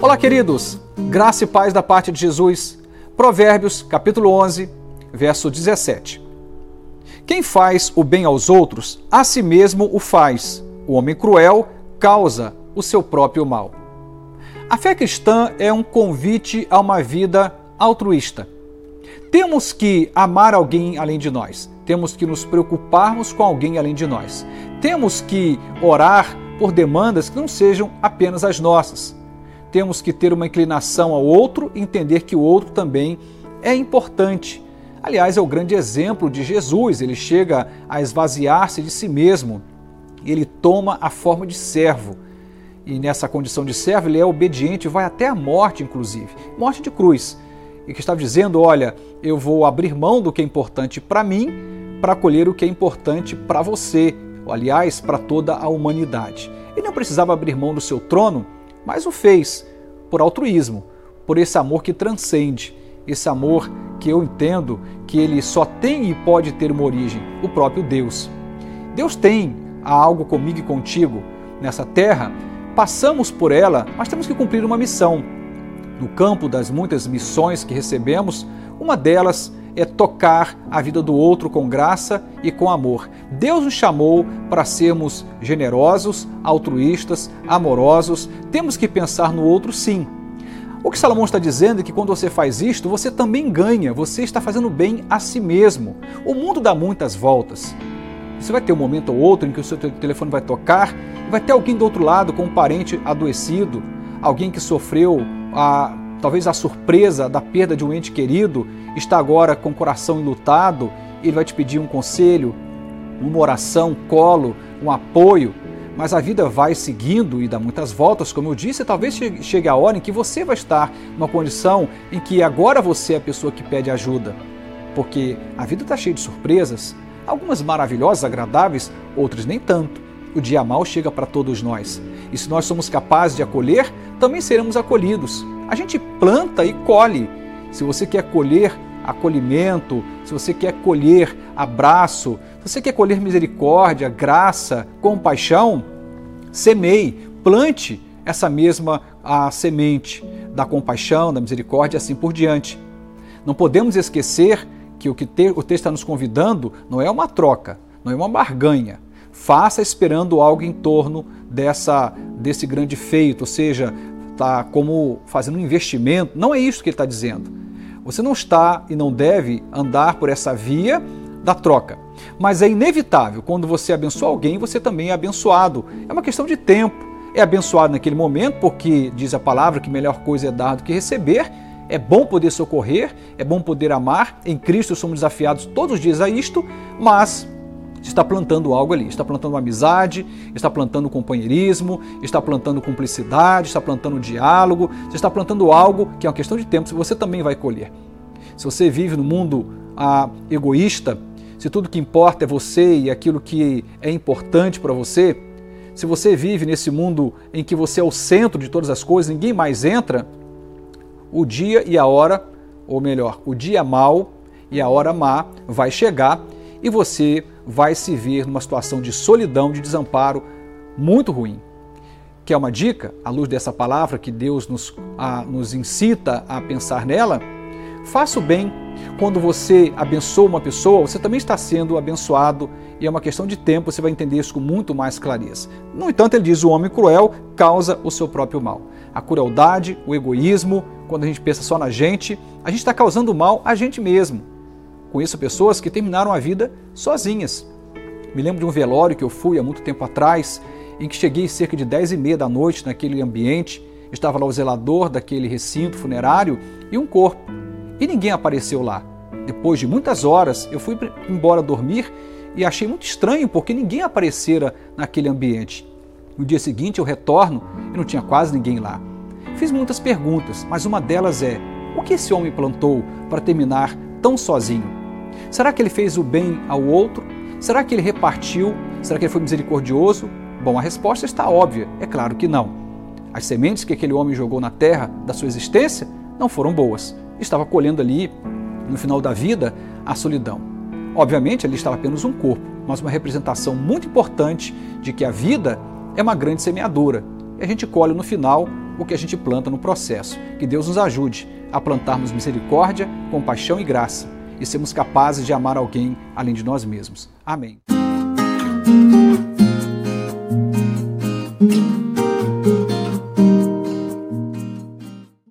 Olá, queridos, graça e paz da parte de Jesus. Provérbios, capítulo 11, verso 17. Quem faz o bem aos outros, a si mesmo o faz. O homem cruel causa o seu próprio mal. A fé cristã é um convite a uma vida altruísta. Temos que amar alguém além de nós. Temos que nos preocuparmos com alguém além de nós. Temos que orar por demandas que não sejam apenas as nossas. Temos que ter uma inclinação ao outro e entender que o outro também é importante. Aliás, é o grande exemplo de Jesus. Ele chega a esvaziar-se de si mesmo. Ele toma a forma de servo. E nessa condição de servo, ele é obediente e vai até a morte, inclusive. Morte de cruz. E que estava dizendo, olha, eu vou abrir mão do que é importante para mim para colher o que é importante para você. Aliás, para toda a humanidade. Ele não precisava abrir mão do seu trono, mas o fez por altruísmo, por esse amor que transcende, esse amor que eu entendo que ele só tem e pode ter uma origem, o próprio Deus. Deus tem algo comigo e contigo nessa terra, passamos por ela, mas temos que cumprir uma missão. No campo das muitas missões que recebemos, uma delas é tocar a vida do outro com graça e com amor. Deus nos chamou para sermos generosos, altruístas, amorosos. Temos que pensar no outro, sim. O que Salomão está dizendo é que quando você faz isto, você também ganha, você está fazendo bem a si mesmo. O mundo dá muitas voltas. Você vai ter um momento ou outro em que o seu telefone vai tocar e vai ter alguém do outro lado com um parente adoecido, alguém que sofreu talvez a surpresa da perda de um ente querido, está agora com o coração enlutado, ele vai te pedir um conselho, uma oração, um colo, um apoio, mas a vida vai seguindo e dá muitas voltas, como eu disse, talvez chegue a hora em que você vai estar numa condição em que agora você é a pessoa que pede ajuda, porque a vida está cheia de surpresas, algumas maravilhosas, agradáveis, outras nem tanto. O dia mau chega para todos nós, e se nós somos capazes de acolher, também seremos acolhidos. A gente planta e colhe. Se você quer colher acolhimento, se você quer colher abraço, se você quer colher misericórdia, graça, compaixão, semeie, plante essa mesma semente da compaixão, da misericórdia e assim por diante. Não podemos esquecer que o texto está nos convidando não é uma troca, não é uma barganha. Faça esperando algo em torno desse grande feito, ou seja, está como fazendo um investimento. Não é isso que ele está dizendo. Você não está e não deve andar por essa via da troca. Mas é inevitável, quando você abençoa alguém, você também é abençoado. É uma questão de tempo. É abençoado naquele momento, porque diz a palavra que melhor coisa é dar do que receber. É bom poder socorrer, é bom poder amar. Em Cristo somos desafiados todos os dias a isto, mas está plantando algo ali, está plantando amizade, está plantando companheirismo, está plantando cumplicidade, está plantando diálogo, você está plantando algo que é uma questão de tempo, se você também vai colher. Se você vive no mundo egoísta, se tudo que importa é você e aquilo que é importante para você, se você vive nesse mundo em que você é o centro de todas as coisas, ninguém mais entra, o dia e a hora, ou melhor, o dia mau e a hora má vai chegar e você vai se ver numa situação de solidão, de desamparo muito ruim. Quer uma dica? À luz dessa palavra que Deus nos incita a pensar nela, faça o bem. Quando você abençoa uma pessoa, você também está sendo abençoado e é uma questão de tempo, você vai entender isso com muito mais clareza. No entanto, ele diz, o homem cruel causa o seu próprio mal. A crueldade, o egoísmo, quando a gente pensa só na gente, a gente está causando mal a gente mesmo. Conheço pessoas que terminaram a vida sozinhas. Me lembro de um velório que eu fui há muito tempo atrás, em que cheguei cerca de 10h30 da noite naquele ambiente, estava lá o zelador daquele recinto funerário e um corpo. E ninguém apareceu lá. Depois de muitas horas, eu fui embora dormir e achei muito estranho porque ninguém aparecera naquele ambiente. No dia seguinte eu retorno e não tinha quase ninguém lá. Fiz muitas perguntas, mas uma delas é: o que esse homem plantou para terminar tão sozinho? Será que ele fez o bem ao outro? Será que ele repartiu? Será que ele foi misericordioso? Bom, a resposta está óbvia, é claro que não. As sementes que aquele homem jogou na terra da sua existência não foram boas. Estava colhendo ali, no final da vida, a solidão. Obviamente, ali estava apenas um corpo, mas uma representação muito importante de que a vida é uma grande semeadura. E a gente colhe no final o que a gente planta no processo. Que Deus nos ajude a plantarmos misericórdia, compaixão e graça e sermos capazes de amar alguém além de nós mesmos. Amém.